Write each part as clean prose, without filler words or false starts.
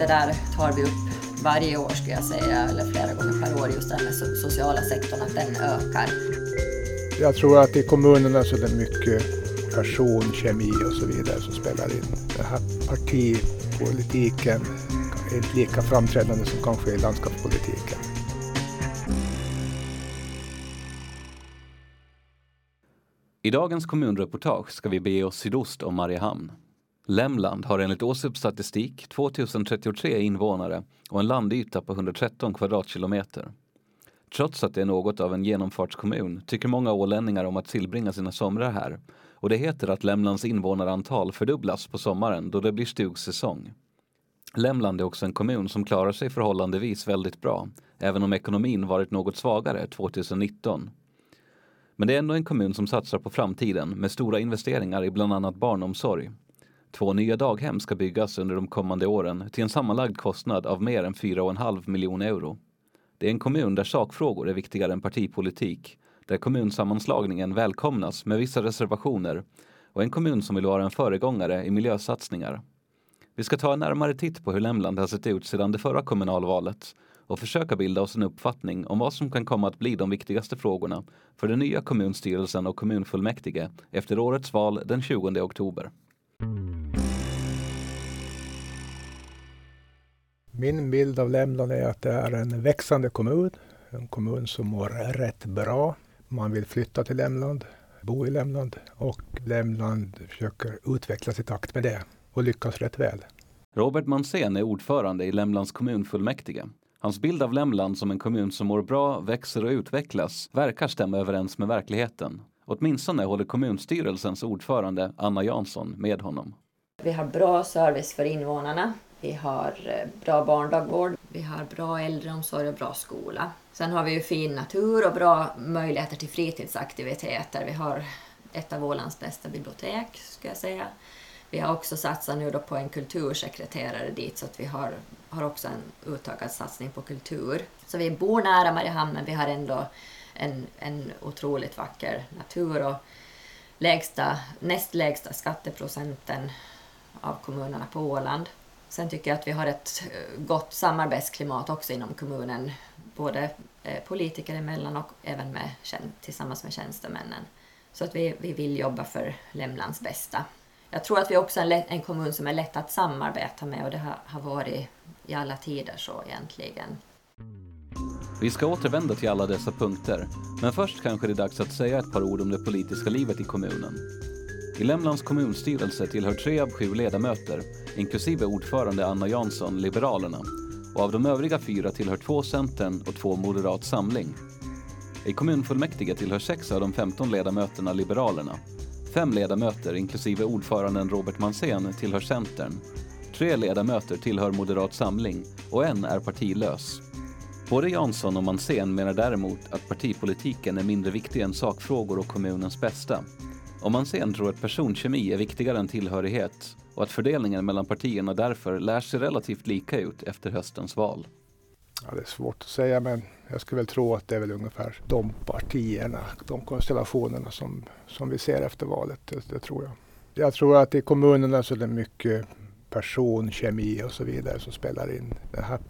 det där tar vi upp varje år skulle jag säga, eller flera gånger per år, just den med sociala sektorn, att den ökar. Jag tror att i kommunerna så är det mycket person, kemi och så vidare som spelar in. Den här partipolitiken är inte lika framträdande som kanske i landskapspolitiken. I dagens kommunreportage ska vi bege oss sydost om Mariehamn. Lämland har enligt årsstatistik 2033 invånare och en landyta på 113 kvadratkilometer. Trots att det är något av en genomfartskommun tycker många ålänningar om att tillbringa sina somrar här. Och det heter att Lämlands invånarantal fördubblas på sommaren då det blir stugsäsong. Lämland är också en kommun som klarar sig förhållandevis väldigt bra, även om ekonomin varit något svagare 2019. Men det är ändå en kommun som satsar på framtiden med stora investeringar i bland annat barnomsorg. 2 nya daghem ska byggas under de kommande åren till en sammanlagd kostnad av mer än 4,5 miljoner euro. Det är en kommun där sakfrågor är viktigare än partipolitik, där kommunsammanslagningen välkomnas med vissa reservationer och en kommun som vill vara en föregångare i miljösatsningar. Vi ska ta en närmare titt på hur Lämland har sett ut sedan det förra kommunalvalet och försöka bilda oss en uppfattning om vad som kan komma att bli de viktigaste frågorna för den nya kommunstyrelsen och kommunfullmäktige efter årets val den 20 oktober. Min bild av Lämland är att det är en växande kommun. En kommun som mår rätt bra. Man vill flytta till Lämland, bo i Lämland och Lämland försöker utvecklas i takt med det och lyckas rätt väl. Robert Mansén är ordförande i Lämlands kommunfullmäktige. Hans bild av Lämland som en kommun som mår bra, växer och utvecklas verkar stämma överens med verkligheten. Åtminstone håller kommunstyrelsens ordförande Anna Jansson med honom. Vi har bra service för invånarna. Vi har bra barndagvård, vi har bra äldreomsorg och bra skola. Sen har vi ju fin natur och bra möjligheter till fritidsaktiviteter. Vi har ett av Ålands bästa bibliotek, ska jag säga. Vi har också satsat nu då på en kultursekreterare dit, så att vi har också en utökad satsning på kultur. Så vi bor nära Mariehamn, men vi har ändå en otroligt vacker natur och näst lägsta skatteprocenten av kommunerna på Åland. Sen tycker jag att vi har ett gott samarbetsklimat också inom kommunen, både politiker emellan och även tillsammans med tjänstemännen. Så att vi vill jobba för Lämlands bästa. Jag tror att vi också är en kommun som är lätt att samarbeta med, och det har varit i alla tider så egentligen. Vi ska återvända till alla dessa punkter, men först kanske det är dags att säga ett par ord om det politiska livet i kommunen. I Lämlands kommunstyrelse tillhör 3 av 7 ledamöter, inklusive ordförande Anna Jansson, Liberalerna, och av de övriga 4 tillhör 2 Centern och 2 Moderat Samling. I kommunfullmäktige tillhör 6 av de 15 ledamöterna Liberalerna. 5 ledamöter, inklusive ordföranden Robert Mansén, tillhör Centern. 3 ledamöter tillhör Moderat Samling och 1 är partilös. Både Jansson och Mansén menar däremot att partipolitiken är mindre viktig än sakfrågor och kommunens bästa. Och Mansén tror att personkemi är viktigare än tillhörighet och att fördelningen mellan partierna därför lär sig relativt lika ut efter höstens val. Ja, det är svårt att säga, men jag skulle väl tro att det är väl ungefär de partierna, de konstellationerna som vi ser efter valet. Det tror jag. Jag tror att i kommunerna så är det mycket person, kemi och så vidare som spelar in. Den här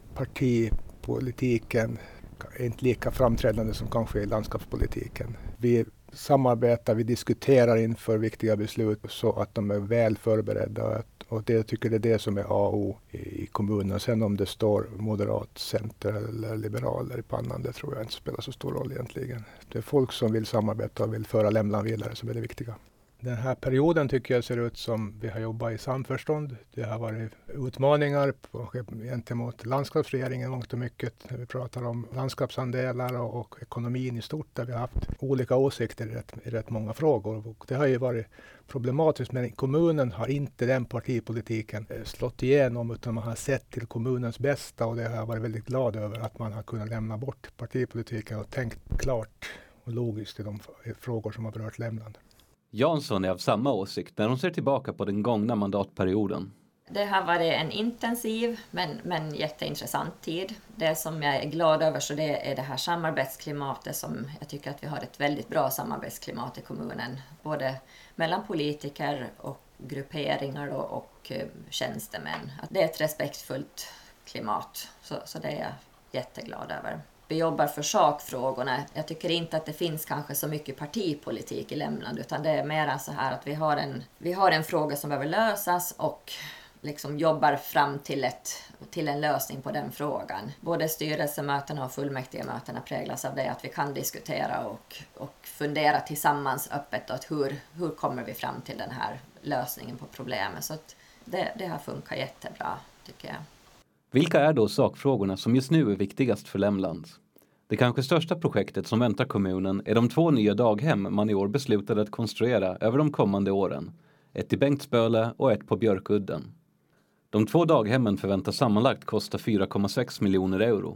partipolitiken är inte lika framträdande som kanske i landskapspolitiken. Vi samarbetar, vi diskuterar inför viktiga beslut så att de är väl förberedda, och det tycker det är det som är A och O i kommunen. Sen om det står moderat, center eller liberaler i pannan, det tror jag inte spelar så stor roll egentligen. Det är folk som vill samarbeta och vill föra Lämland vidare som är det viktiga. Den här perioden tycker jag ser ut som vi har jobbat i samförstånd. Det har varit utmaningar gentemot landskapsregeringen mångt och mycket. När vi pratar om landskapsandelar och ekonomin i stort, där vi har haft olika åsikter i rätt många frågor. Och det har ju varit problematiskt, men kommunen har inte den partipolitiken slått igenom, utan man har sett till kommunens bästa, och det har jag varit väldigt glad över att man har kunnat lämna bort partipolitiken och tänkt klart och logiskt i de frågor som har berört Lämland. Jansson är av samma åsikt när hon ser tillbaka på den gångna mandatperioden. Det har varit en intensiv men jätteintressant tid. Det som jag är glad över så det är det här samarbetsklimatet, som jag tycker att vi har ett väldigt bra samarbetsklimat i kommunen. Både mellan politiker och grupperingar och tjänstemän. Det är ett respektfullt klimat. Så det är jag jätteglad över. Vi jobbar för sakfrågorna. Jag tycker inte att det finns kanske så mycket partipolitik i Lämland, utan det är mer så här att vi har en fråga som behöver lösas och liksom jobbar fram till en lösning på den frågan. Både styrelsemötena och fullmäktigemötena präglas av det, att vi kan diskutera och fundera tillsammans öppet att hur kommer vi fram till den här lösningen på problemet. Så att det har funkat jättebra, tycker jag. Vilka är då sakfrågorna som just nu är viktigast för Lämland? Det kanske största projektet som väntar kommunen är de 2 nya daghem man i år beslutade att konstruera över de kommande åren. Ett i Bengtsböle och ett på Björkudden. De 2 daghemmen förväntas sammanlagt kosta 4,6 miljoner euro.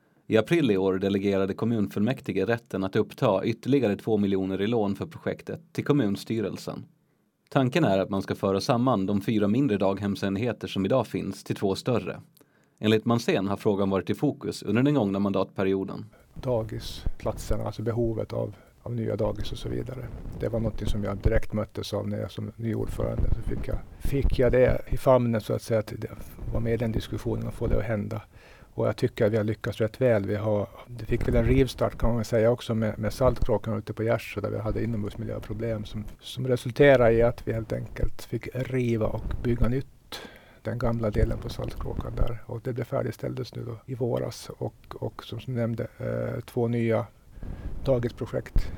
I april i år delegerade kommunfullmäktige rätten att uppta ytterligare 2 miljoner i lån för projektet till kommunstyrelsen. Tanken är att man ska föra samman de 4 mindre daghemsenheter som idag finns till 2 större. Enligt Mansén har frågan varit i fokus under den gångna mandatperioden. Dagisplatserna, alltså behovet av nya dagis och så vidare. Det var något som jag direkt möttes av när jag som ny ordförande. Så fick jag det i famnen, så att säga, att vara med i den diskussionen och få det att hända. Och jag tycker att vi har lyckats rätt väl. Det fick väl en rivstart, kan man säga, också med Saltkråkan ute på Gärsö, där vi hade inomhusmiljöproblem som resulterade i att vi helt enkelt fick riva och bygga nytt den gamla delen på Saltkråkan där. Och det blev färdigställdes nu då i våras. Och som du nämnde, 2 nya dagisprojekt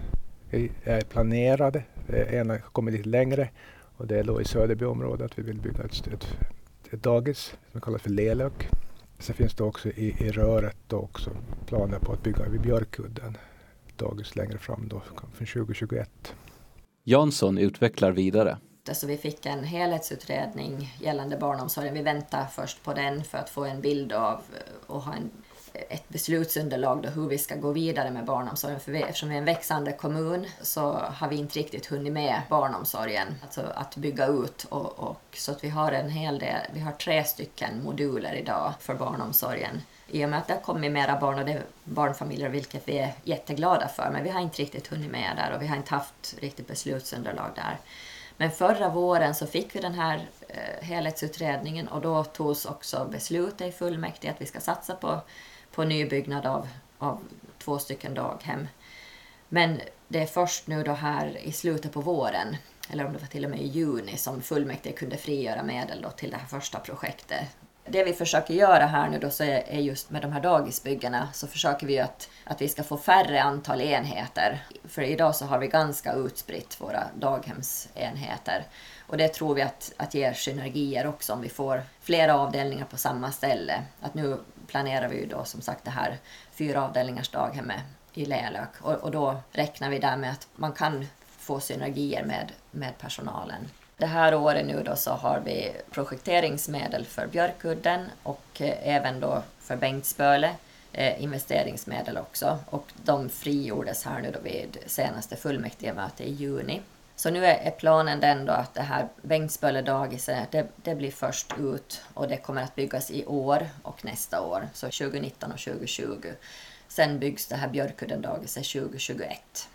är planerade. Ena kommer lite längre, och det är då i Söderbyområdet att vi vill bygga ett dagis som kallas för Lelök. Sen finns det också i röret då också planer på att bygga vid Björkudden dagis längre fram då från 2021. Jansson utvecklar vidare. Så vi fick en helhetsutredning gällande barnomsorgen. Vi väntar först på den för att få en bild av och ha ett beslutsunderlag då hur vi ska gå vidare med barnomsorgen. För eftersom vi är en växande kommun så har vi inte riktigt hunnit med barnomsorgen. Alltså att bygga ut och så att vi har en hel del, vi har 3 stycken moduler idag för barnomsorgen. I och med att det kommer mera barn och det är barnfamiljer, vilket vi är jätteglada för. Men vi har inte riktigt hunnit med där och vi har inte haft riktigt beslutsunderlag där. Men förra våren så fick vi den här helhetsutredningen och då togs också beslutet i fullmäktige att vi ska satsa på nybyggnad av 2 stycken daghem. Men det är först nu då här i slutet på våren, eller om det var till och med i juni, som fullmäktige kunde frigöra medel då till det här första projektet. Det vi försöker göra här nu då så är just med de här dagisbyggena så försöker vi att vi ska få färre antal enheter. För idag så har vi ganska utspritt våra daghemsenheter. Och det tror vi att ger synergier också om vi får flera avdelningar på samma ställe. Att nu planerar vi ju då som sagt det här 4 avdelningars daghem i Lelök. Och då räknar vi där med att man kan få synergier med personalen. Det här året nu då så har vi projekteringsmedel för Björkudden och även då för Bengtsböle investeringsmedel också. Och de frigjordes här nu då vid senaste fullmäktigemöte i juni. Så nu är planen den då att det här Bengtsböle dagiset det blir först ut och det kommer att byggas i år och nästa år. Så 2019 och 2020. Sen byggs det här Björkudden dagiset 2021.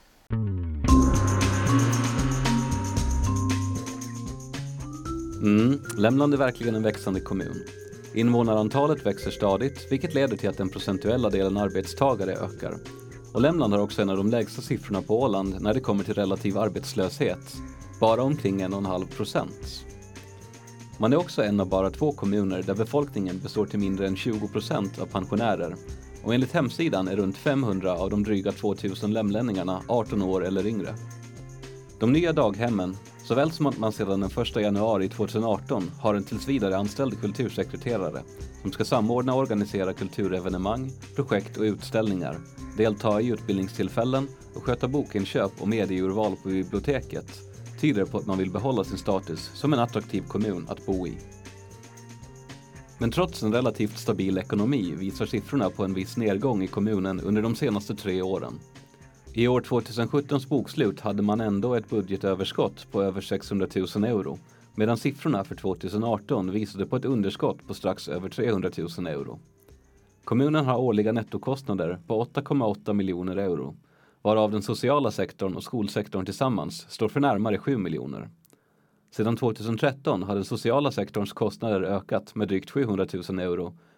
Lämland är verkligen en växande kommun. Invånarantalet växer stadigt, vilket leder till att den procentuella delen arbetstagare ökar. Och Lämland har också en av de lägsta siffrorna på Åland när det kommer till relativ arbetslöshet. Bara omkring 1,5%. Man är också en av bara 2 kommuner där befolkningen består till mindre än 20% av pensionärer. Och enligt hemsidan är runt 500 av de dryga 2000 lämlänningarna 18 år eller yngre. De nya daghemmen, såväl som att man sedan den 1 januari 2018 har en tillsvidare anställd kultursekreterare som ska samordna och organisera kulturevenemang, projekt och utställningar, delta i utbildningstillfällen och sköta bokinköp och medieurval på biblioteket, tyder på att man vill behålla sin status som en attraktiv kommun att bo i. Men trots en relativt stabil ekonomi visar siffrorna på en viss nedgång i kommunen under de senaste 3 åren. I år 2017s bokslut hade man ändå ett budgetöverskott på över 600 000 euro, medan siffrorna för 2018 visade på ett underskott på strax över 300 000 euro. Kommunen har årliga nettokostnader på 8,8 miljoner euro, varav den sociala sektorn och skolsektorn tillsammans står för närmare 7 miljoner. Sedan 2013 har den sociala sektorns kostnader ökat med drygt 700 000 euro,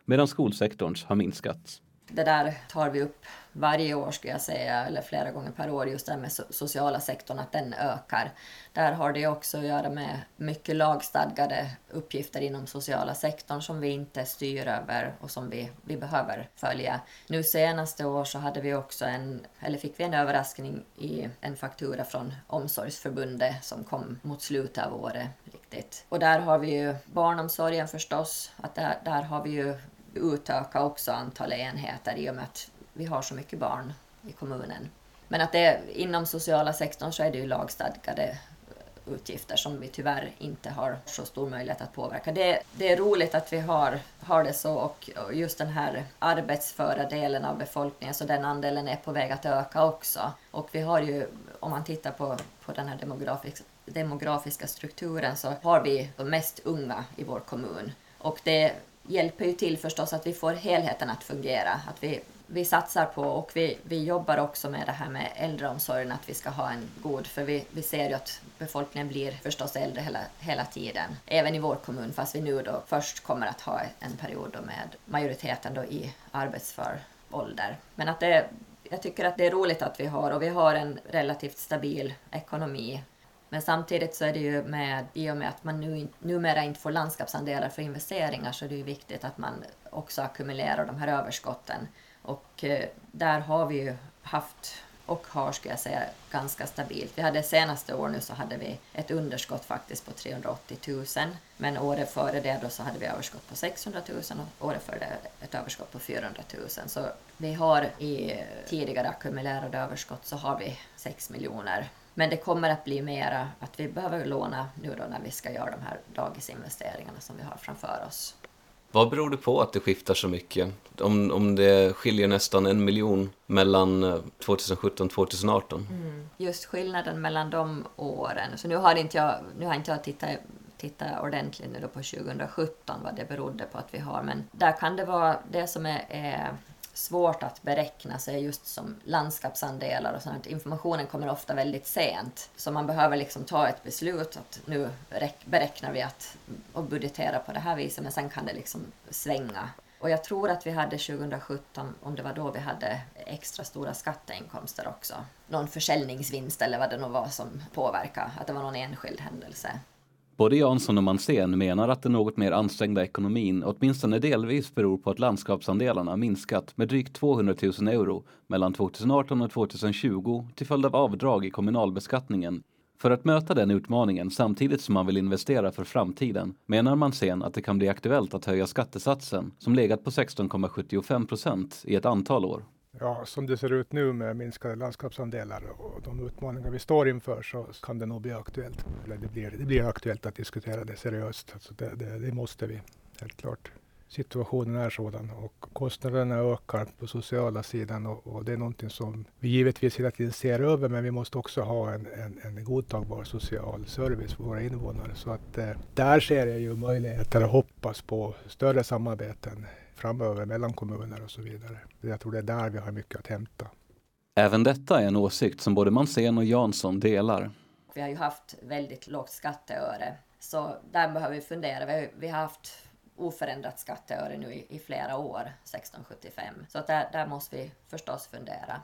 medan skolsektorns har minskat. Det där tar vi upp varje år skulle jag säga, eller flera gånger per år, just det här med sociala sektorn, att den ökar. Där har det också att göra med mycket lagstadgade uppgifter inom sociala sektorn som vi inte styr över och som vi behöver följa. Nu senaste år så hade vi också fick vi en överraskning i en faktura från Omsorgsförbundet som kom mot slutet av året riktigt. Och där har vi ju barnomsorgen förstås, att där har vi ju utöka också antalet enheter i och med att vi har så mycket barn i kommunen. Men att det inom sociala sektorn så är det ju lagstadgade utgifter som vi tyvärr inte har så stor möjlighet att påverka. Det är roligt att vi har det så, och just den här arbetsföra delen av befolkningen, så den andelen är på väg att öka också. Och vi har ju, om man tittar på den här demografiska strukturen, så har vi de mest unga i vår kommun. Och det hjälper ju till förstås att vi får helheten att fungera. Att vi satsar på, och vi jobbar också med det här med äldreomsorgen, att vi ska ha en god, för vi ser ju att befolkningen blir förstås äldre hela tiden. Även i vår kommun, fast vi nu då först kommer att ha en period då med majoriteten då i arbetsför ålder. Men att jag tycker att det är roligt att vi har en relativt stabil ekonomi. Men samtidigt så är det ju i och med att man numera inte får landskapsandelar för investeringar, så är det ju viktigt att man också ackumulerar de här överskotten. Och där har vi ju haft, och har ska jag säga, ganska stabilt. Vi hade senaste år nu så hade vi ett underskott faktiskt på 380 000. Men året före det då så hade vi överskott på 600 000 och året före det ett överskott på 400 000. Så vi har i tidigare ackumulerade överskott så har vi 6 miljoner. Men det kommer att bli mera att vi behöver låna nu då när vi ska göra de här dagisinvesteringarna som vi har framför oss. Vad beror det på att det skiftar så mycket? Om det skiljer nästan 1 miljon mellan 2017 och 2018? Just skillnaden mellan de åren. Så nu har inte jag tittat ordentligt nu då på 2017 vad det berodde på att vi har. Men där kan det vara det som är svårt att beräkna, så är just som landskapsandelar och sånt. Informationen kommer ofta väldigt sent. Så man behöver liksom ta ett beslut att nu beräknar vi och budgetera på det här viset, men sen kan det liksom svänga. Och jag tror att vi hade 2017, om det var då vi hade extra stora skatteinkomster också. Någon försäljningsvinst eller vad det nog var som påverkade, att det var någon enskild händelse. Både Jansson och Mansén menar att den något mer ansträngda ekonomin åtminstone delvis beror på att landskapsandelarna minskat med drygt 200 000 euro mellan 2018 och 2020 till följd av avdrag i kommunalbeskattningen. För att möta den utmaningen samtidigt som man vill investera för framtiden menar Mansén att det kan bli aktuellt att höja skattesatsen som legat på 16,75% i ett antal år. Ja, som det ser ut nu med minskade landskapsandelar och de utmaningar vi står inför, så kan det nog bli aktuellt. Eller det blir aktuellt att diskutera det seriöst. Alltså det måste vi, helt klart. Situationen är sådan och kostnaderna ökar på sociala sidan och det är någonting som vi givetvis hela tiden ser över, men vi måste också ha en godtagbar social service för våra invånare. Så att där ser jag ju möjligheter att hoppas på större samarbeten framöver mellan kommuner och så vidare. Jag tror det är där vi har mycket att hämta. Även detta är en åsikt som både Mansén och Jansson delar. Vi har ju haft väldigt lågt skatteöre, så där behöver vi fundera. Vi har haft oförändrat skatteöre nu i flera år, 16,75. Så att där måste vi förstås fundera.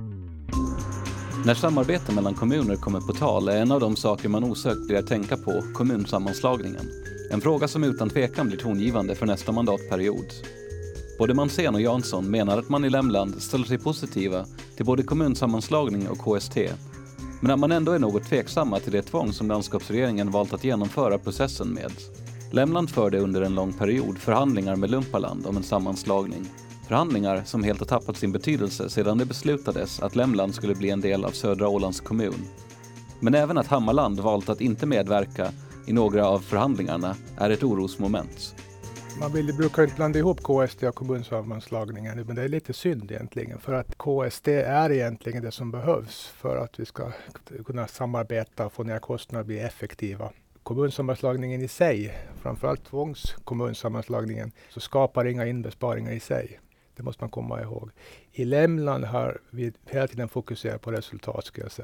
När samarbete mellan kommuner kommer på tal är en av de saker man osökt börjar tänka på kommunsammanslagningen. En fråga som utan tvekan blir tongivande för nästa mandatperiod. Både Mansén och Jansson menar att man i Lämland ställer sig positiva till både kommunsammanslagning och KST. Men att man ändå är något tveksamma till det tvång som landskapsregeringen valt att genomföra processen med. Lämland förde under en lång period förhandlingar med Lumpaland om en sammanslagning. Förhandlingar som helt har tappat sin betydelse sedan det beslutades att Lämland skulle bli en del av Södra Ålands kommun. Men även att Hammarland valt att inte medverka i några av förhandlingarna är ett orosmoment. Man brukar inte blanda ihop KST och kommunsammanslagningen, men det är lite synd egentligen, för att KST är egentligen det som behövs för att vi ska kunna samarbeta och få ner kostnader och bli effektiva. Kommunsammanslagningen i sig, framförallt tvångskommunsammanslagningen, så skapar inga inbesparingar i sig. Det måste man komma ihåg. I Lämland har vi hela tiden fokuserat på resultat, ska jag säga.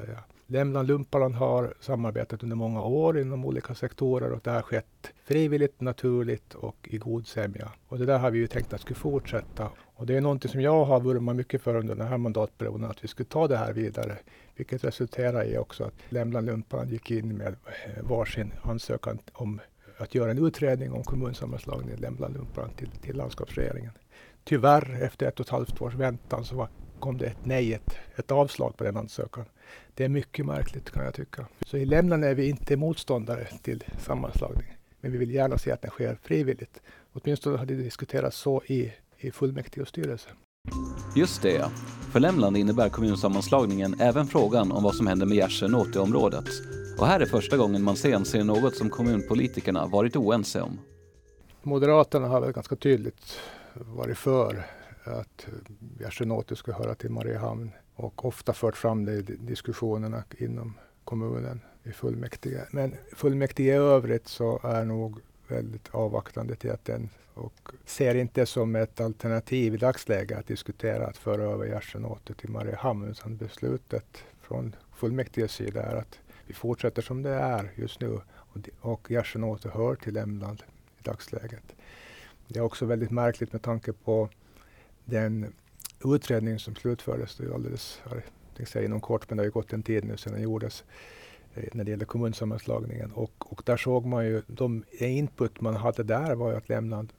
Lämland Lumpaland har samarbetat under många år inom olika sektorer och det har skett frivilligt, naturligt och i god sämja. Och det där har vi ju tänkt att skulle fortsätta. Och det är någonting som jag har vurmat mycket för under den här mandatperioden, att vi skulle ta det här vidare. Vilket resulterar i också att Lämland Lumpaland gick in med varsin ansökan om att göra en utredning om kommunsammanslagningen i Lämland Lumpaland till landskapsregeringen. Tyvärr efter 1,5 års väntan så kom det ett avslag på den ansökan. Det är mycket märkligt kan jag tycka. Så i Lämland är vi inte motståndare till sammanslagning. Men vi vill gärna se att den sker frivilligt. Åtminstone har det diskuterats så i fullmäktige och styrelse. Just det, ja. För Lämland innebär kommunsammanslagningen även frågan om vad som händer med Gärsnåte-området. Och här är första gången man ser något som kommunpolitikerna varit oense om. Moderaterna har väl ganska tydligt varit för att Gärsnåte ska höra till Mariehamn och ofta fört fram det i diskussionerna inom kommunen i fullmäktige. Men fullmäktige i övrigt så är nog väldigt avvaktande till att den och ser inte som ett alternativ i dagsläget att diskutera att föra över Gärsnåte till Mariehamn, utan beslutet från fullmäktiges sida är att vi fortsätter som det är just nu och Gärsnåte hör till Lämland i dagsläget. Det är också väldigt märkligt med tanke på den utredning som slutfördes alldeles, jag säga inom kort, men det har ju gått en tid nu sedan den gjordes när det gäller kommunsammanslagningen. Och där såg man ju, de input man hade där var ju att Lämland,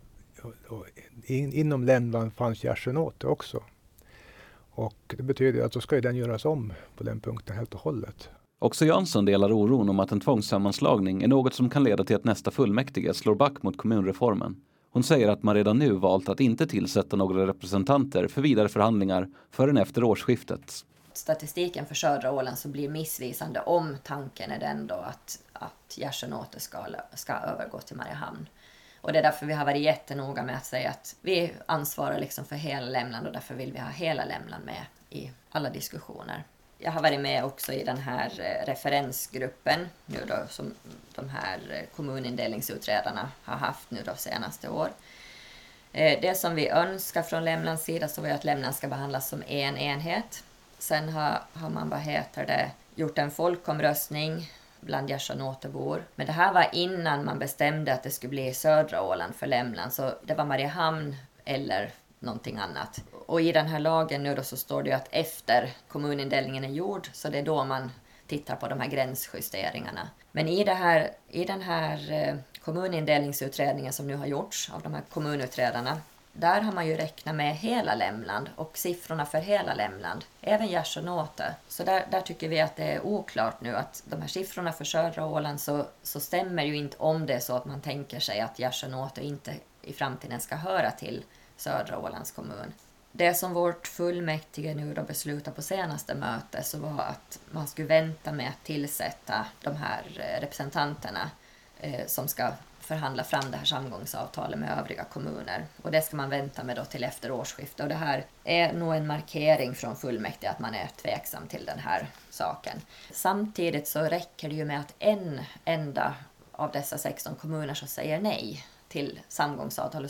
inom Lämland fanns Gärsnåte också. Och det betyder att då ska ju den göras om på den punkten helt och hållet. Också Jansson delar oron om att en tvångssammanslagning är något som kan leda till att nästa fullmäktige slår back mot kommunreformen. Hon säger att man redan nu valt att inte tillsätta några representanter för vidare förhandlingar förrän efter årsskiftet. Statistiken för södra Åland så blir missvisande om tanken är den då att Gärsnåte ska övergå till Mariehamn. Och det är därför vi har varit jättenoga med att säga att vi ansvarar liksom för hela Lämland och därför vill vi ha hela Lämland med i alla diskussioner. Jag har varit med också i den här referensgruppen nu då, som de här kommunindelningsutredarna har haft nu då senaste år. Det som vi önskar från Lämlands sida så är att Lämland ska behandlas som en enhet. Sen har man gjort en folkomröstning bland Gärsnåtebor. Men det här var innan man bestämde att det skulle bli södra Åland för Lämland. Så det var Mariehamn eller någonting annat. Och i den här lagen nu då så står det att efter kommunindelningen är gjord så det är då man tittar på de här gränsjusteringarna. Men i den här kommunindelningsutredningen som nu har gjorts av de här kommunutredarna, där har man ju räknat med hela Lämland och siffrorna för hela Lämland, även Gärsnåte. Så där tycker vi att det är oklart nu att de här siffrorna för södra Åland så stämmer ju inte om det så att man tänker sig att Gärsnåte inte i framtiden ska höra till södra Ålands kommun. Det som vårt fullmäktige nu då beslutade på senaste möte så var att man skulle vänta med att tillsätta de här representanterna som ska förhandla fram det här samgångsavtalet med övriga kommuner. Och det ska man vänta med då till efter årsskiftet. Och det här är nog en markering från fullmäktige att man är tveksam till den här saken. Samtidigt så räcker det ju med att en enda av dessa 16 kommuner som säger nej till samgångsavtalet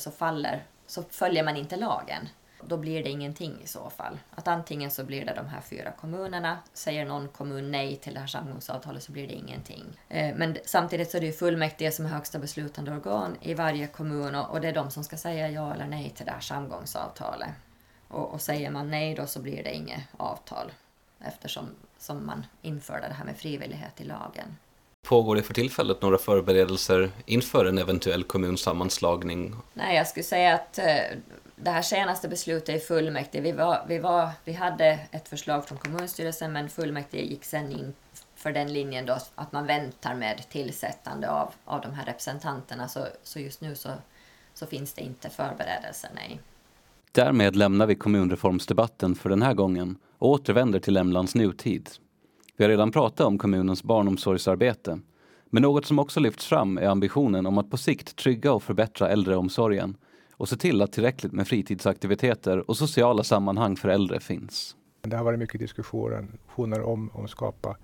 så följer man inte lagen. Då blir det ingenting i så fall. Att antingen så blir det de här 4 kommunerna, säger någon kommun nej till det här samgångsavtalet så blir det ingenting. Men samtidigt så är det ju fullmäktige som är högsta beslutande organ i varje kommun och det är de som ska säga ja eller nej till det här samgångsavtalet. Och säger man nej då så blir det inget avtal eftersom som man införde det här med frivillighet i lagen. Pågår det för tillfället några förberedelser inför en eventuell kommunsammanslagning? Nej, jag skulle säga att det här senaste beslutet i fullmäktige, vi hade ett förslag från kommunstyrelsen men fullmäktige gick sen in för den linjen då att man väntar med tillsättande av de här representanterna så just nu så finns det inte förberedelser, nej. Därmed lämnar vi kommunreformsdebatten för den här gången och återvänder till Lämlands nutid. Vi har redan pratat om kommunens barnomsorgsarbete, men något som också lyfts fram är ambitionen om att på sikt trygga och förbättra äldreomsorgen och se till att tillräckligt med fritidsaktiviteter och sociala sammanhang för äldre finns. Det har varit mycket diskussioner om att skapa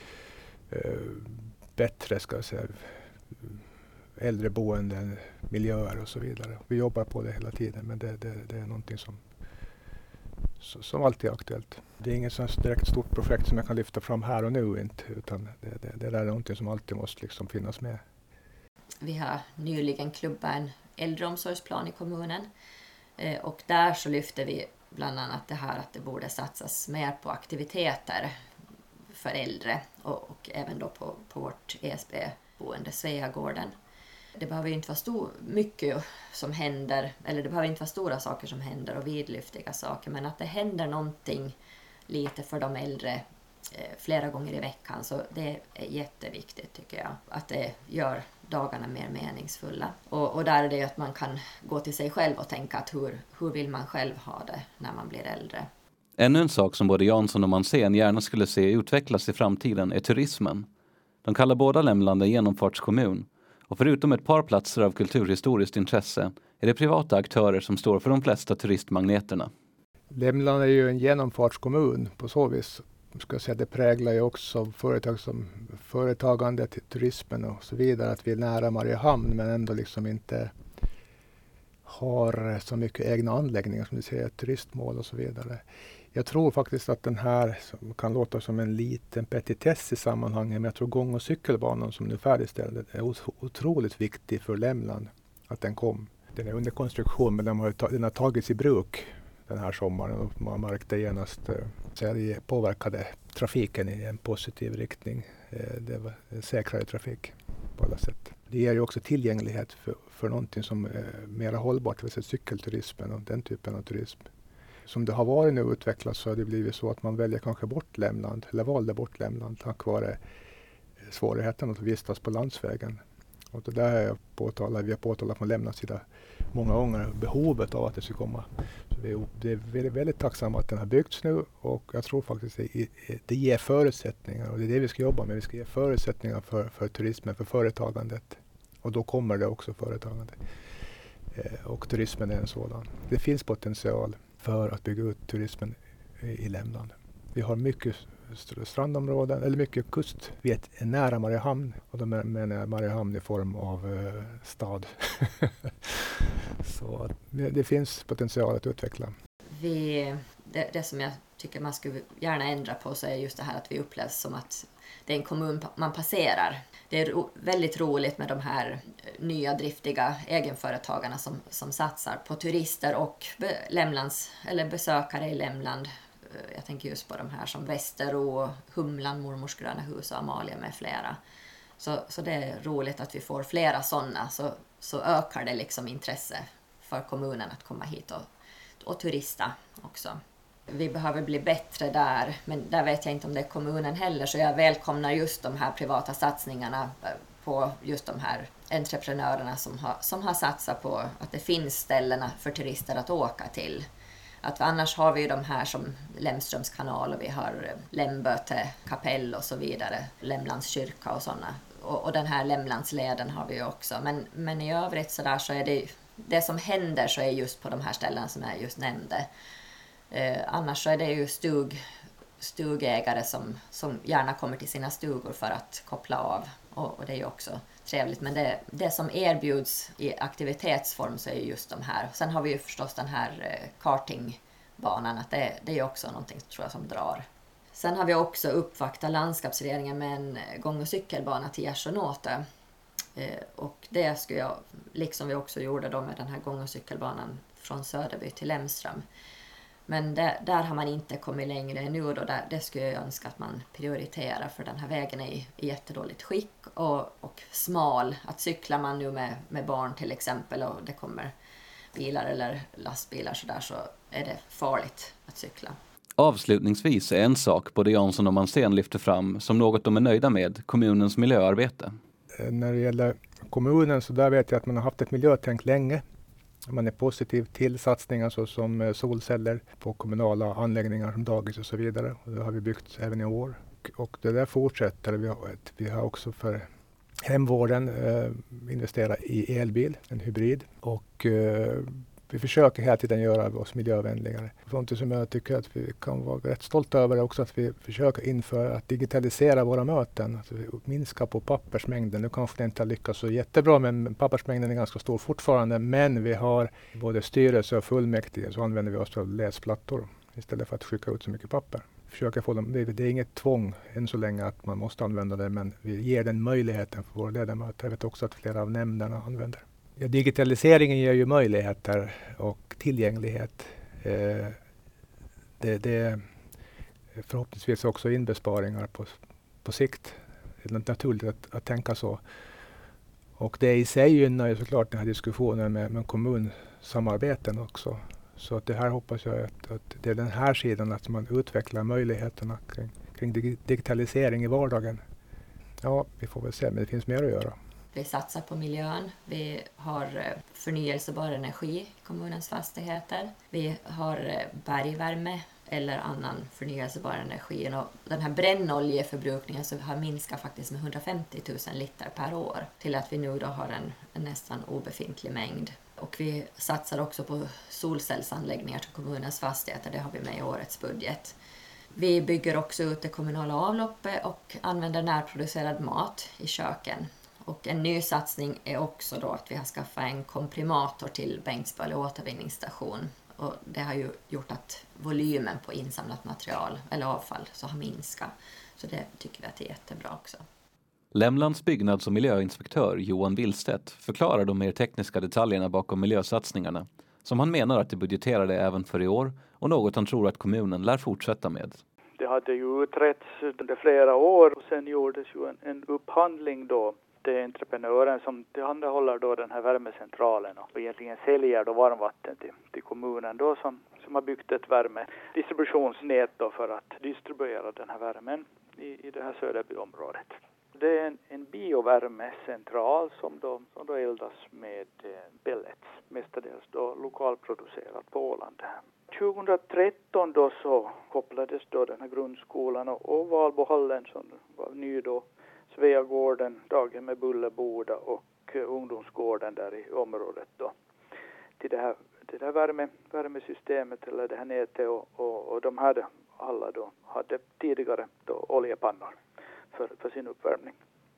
bättre äldreboenden, miljöer och så vidare. Vi jobbar på det hela tiden men det är någonting som som alltid är aktuellt. Det är inget sånt direkt stort projekt som jag kan lyfta fram här och nu inte, utan det där är någonting som alltid måste liksom finnas med. Vi har nyligen klubbat en äldreomsorgsplan i kommunen och där så lyfter vi bland annat det här att det borde satsas mer på aktiviteter för äldre och även då på vårt ESB-boende Sveagården. Det behöver ju inte vara mycket som händer, eller det behöver inte vara stora saker som händer och vidlyftiga saker, men att det händer någonting lite för de äldre flera gånger i veckan, så det är jätteviktigt tycker jag, att det gör dagarna mer meningsfulla. Och där är det att man kan gå till sig själv och tänka att hur vill man själv ha det när man blir äldre. Ännu en sak som både Jansson och Mansén gärna skulle se utvecklas i framtiden är turismen. De kallar båda Lämland en genomfartskommun. Och förutom ett par platser av kulturhistoriskt intresse är det privata aktörer som står för de flesta turistmagneterna. Lämland är ju en genomfartskommun på så vis. Ska säga, det präglar ju också företag som företagandet, turismen och så vidare. Att vi är nära Mariehamn men ändå liksom inte har så mycket egna anläggningar som du säger, turistmål och så vidare. Jag tror faktiskt att den här som kan låta som en liten petitess i sammanhanget, men jag tror gång- och cykelbanan som nu färdigställd är otroligt viktig för Lämland att den kom. Den är under konstruktion men den har tagits i bruk den här sommaren och man märkte genast så det påverkade trafiken i en positiv riktning. Det var en säkrare trafik på alla sätt. Det ger ju också tillgänglighet för någonting som är mer hållbart, det vill säga cykelturismen och den typen av turism. Som det har varit nu utvecklas så har det blivit så att man väljer kanske bort Lämland eller valde bort Lämland tack vare svårigheten att vistas på landsvägen. Och det där vi har påtalat från Lämlands sida många gånger behovet av att det ska komma. Så det är väldigt tacksamma att den har byggts nu och jag tror faktiskt det ger förutsättningar och det är det vi ska jobba med. Vi ska ge förutsättningar för turismen, för företagandet och då kommer det också företagande. Och turismen är en sådan. Det finns potential för att bygga ut turismen i Lämland. Vi har mycket strandområden, eller mycket kust. Vi är nära Mariehamn och då menar jag Mariehamn i form av stad. Så det finns potential att utveckla. Det som jag tycker man skulle gärna ändra på så är just det här att vi upplevs som att det är en kommun man passerar. Det är väldigt roligt med de här nya driftiga egenföretagarna som satsar på turister och besökare i Lämland. Jag tänker just på de här som Västerå, Humlan, Mormors gröna hus och Amalia med flera. Så det är roligt att vi får flera sådana så ökar det liksom intresse för kommunen att komma hit och turista också. Vi behöver bli bättre där, men där vet jag inte om det är kommunen heller, så jag välkomnar just de här privata satsningarna på just de här entreprenörerna som har satsat på att det finns ställen för turister att åka till. Att annars har vi ju de här som Lemströms kanal och vi har Lämböte kapell och så vidare, Lämlands kyrka och sådana. Och den här Lämlandsleden har vi ju också. Men i övrigt så där så är det som händer så är just på de här ställena som jag just nämnde. Annars så är det ju stugägare som gärna kommer till sina stugor för att koppla av. Och det är ju också trevligt. Men det som erbjuds i aktivitetsform så är just de här. Sen har vi ju förstås den här kartingbanan. Att det är också någonting tror jag som drar. Sen har vi också uppvaktat landskapsregeringen med en gång- och cykelbana till Gärsönåte. Och det skulle jag, liksom vi också gjorde då med den här gång- och cykelbanan från Söderby till Lemström. Men där har man inte kommit längre nu och då det skulle jag önska att man prioriterar för den här vägen är i jättedåligt skick och smal. Att cyklar man nu med barn till exempel och det kommer bilar eller lastbilar så är det farligt att cykla. Avslutningsvis är en sak både Jansson och Mansén lyfter fram som något de är nöjda med, kommunens miljöarbete. När det gäller kommunen så där vet jag att man har haft ett miljötänk länge. Man är positiv till satsningar såsom solceller på kommunala anläggningar som dagis och så vidare. Och det har vi byggt även i år. Och det där fortsätter. Vi har också för hemvården investerat i elbil, en hybrid. Och vi försöker hela tiden göra oss miljövänligare. Något som jag tycker att vi kan vara rätt stolta över är också att vi försöker införa att digitalisera våra möten. Att vi minskar på pappersmängden. Nu kanske det inte har lyckats så jättebra men pappersmängden är ganska stor fortfarande. Men vi har både styrelse och fullmäktige så använder vi oss av läsplattor istället för att skicka ut så mycket papper. Försöka få dem, det är inget tvång än så länge att man måste använda det, men vi ger den möjligheten för våra ledamöter. Jag vet också att flera av nämnderna använder. Ja, digitaliseringen ger ju möjligheter och tillgänglighet. Det är förhoppningsvis också inbesparingar på sikt. Det är naturligt att tänka så. Och det i sig gynnar ju såklart den här diskussionen med kommunsamarbeten också. Så att det här hoppas jag att det är den här sidan att man utvecklar möjligheterna kring digitalisering i vardagen. Ja, vi får väl se, men det finns mer att göra. Vi satsar på miljön. Vi har förnyelsebar energi i kommunens fastigheter. Vi har bergvärme eller annan förnyelsebar energi. Och den här brännoljeförbrukningen så har minskat faktiskt med 150 000 liter per år till att vi nu då har en nästan obefintlig mängd. Och vi satsar också på solcellsanläggningar till kommunens fastigheter. Det har vi med i årets budget. Vi bygger också ut det kommunala avloppet och använder närproducerad mat i köken. Och en ny satsning är också då att vi har skaffat en komprimator till Bengtsböle återvinningsstation. Och det har ju gjort att volymen på insamlat material eller avfall så har minskat. Så det tycker vi att det är jättebra också. Lämlands byggnads- och miljöinspektör Johan Willstedt förklarar de mer tekniska detaljerna bakom miljösatsningarna, som han menar att det budgeterade även för i år och något han tror att kommunen lär fortsätta med. Det hade ju utretts under flera år och sen gjordes ju en upphandling då. Det är entreprenören som tillhandahåller då den här värmecentralen och egentligen säljer då varmvatten till kommunen då som har byggt ett värmedistributionsnät då för att distribuera den här värmen i det här Söderbyområdet. Det är en biovärmecentral som då eldas med pellets, mestadels då lokalproducerat på Åland. 2013 då så kopplades då den här grundskolan och Valbohallen som var ny då, Sveagården, dagen med Bulleboda och ungdomsgården där i området då till det här värmesystemet eller det här nätet och de hade alla då hade tidigare då oljepannor för sin uppvärmning.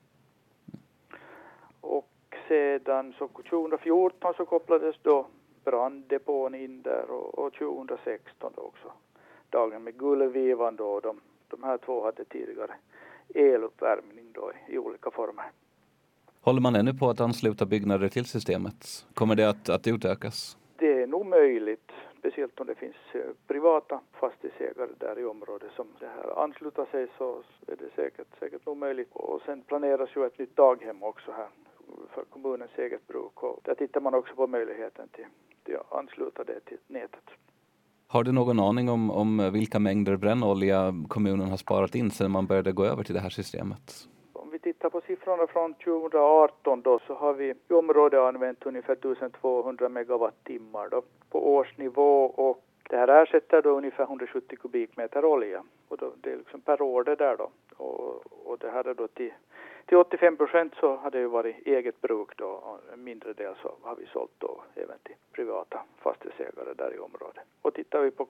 Och sedan så 2014 så kopplades då branddepån in där och 2016 då också dagen med Gullvivan då de här två hade tidigare eluppvärmning då i olika former. Håller man ännu på att ansluta byggnader till systemet? Kommer det att utökas? Det är nog möjligt, speciellt om det finns privata fastighetsägare där i området som det här ansluter sig så är det säkert nog möjligt. Och sen planeras ju ett nytt daghem också här för kommunens eget bruk och där tittar man också på möjligheten till att ansluta det till nätet. Har du någon aning om vilka mängder brännolja kommunen har sparat in sedan man började gå över till det här systemet? Om vi tittar på siffrorna från 2018 då så har vi i området använt ungefär 1200 megawattimmar då på årsnivå och det här ersätter då ungefär 170 kubikmeter olja och då, det är liksom per år det där då och det hade då till 85% så hade det ju varit eget bruk då och en mindre del så har vi sålt då även till privata fastighetsägare där i området. Och tittar vi på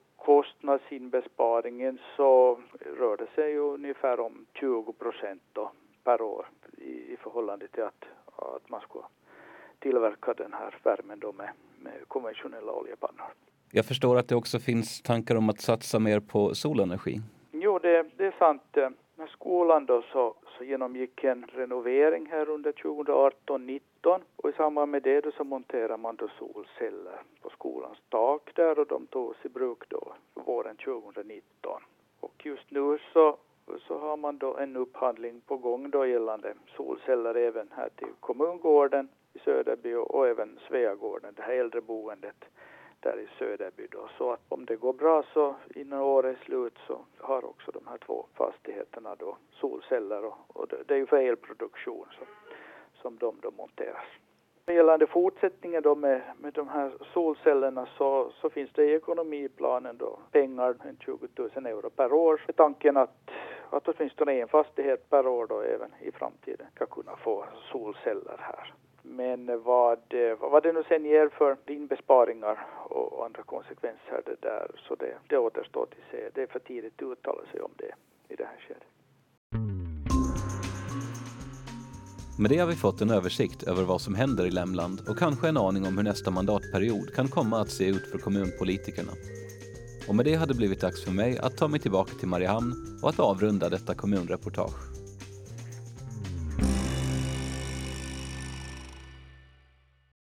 kostnadsinbesparingen så rör det sig ju ungefär om 20% då per år i förhållande till att man ska tillverka den här värmen då med konventionella oljepannor. Jag förstår att det också finns tankar om att satsa mer på solenergi. Jo, det är sant. När skolan då så genomgick en renovering här under 2018-19 och i samband med det då så monterar man då solceller på skolans tak där och de togs i bruk då våren 2019. Och just nu så har man då en upphandling på gång då gällande solceller även här till kommungården i Söderby och även Sveagården, det här äldreboendet där i Söderby då. Så att om det går bra så innan årets slut så har också de här två fastigheterna då solceller och det är ju för elproduktion som de då monteras. Gällande fortsättningen då med de här solcellerna så finns det i ekonomiplanen då pengar, 20 000 euro per år. Tanken att åtminstone en fastighet per år då även i framtiden ska kunna få solceller här. Men vad det nu sen ger för inbesparingar och andra konsekvenser det där så det återstår till se. Det är för tidigt att uttala sig om det i det här skedet. Med det har vi fått en översikt över vad som händer i Lämland och kanske en aning om hur nästa mandatperiod kan komma att se ut för kommunpolitikerna. Och med det hade blivit dags för mig att ta mig tillbaka till Mariehamn och att avrunda detta kommunreportage.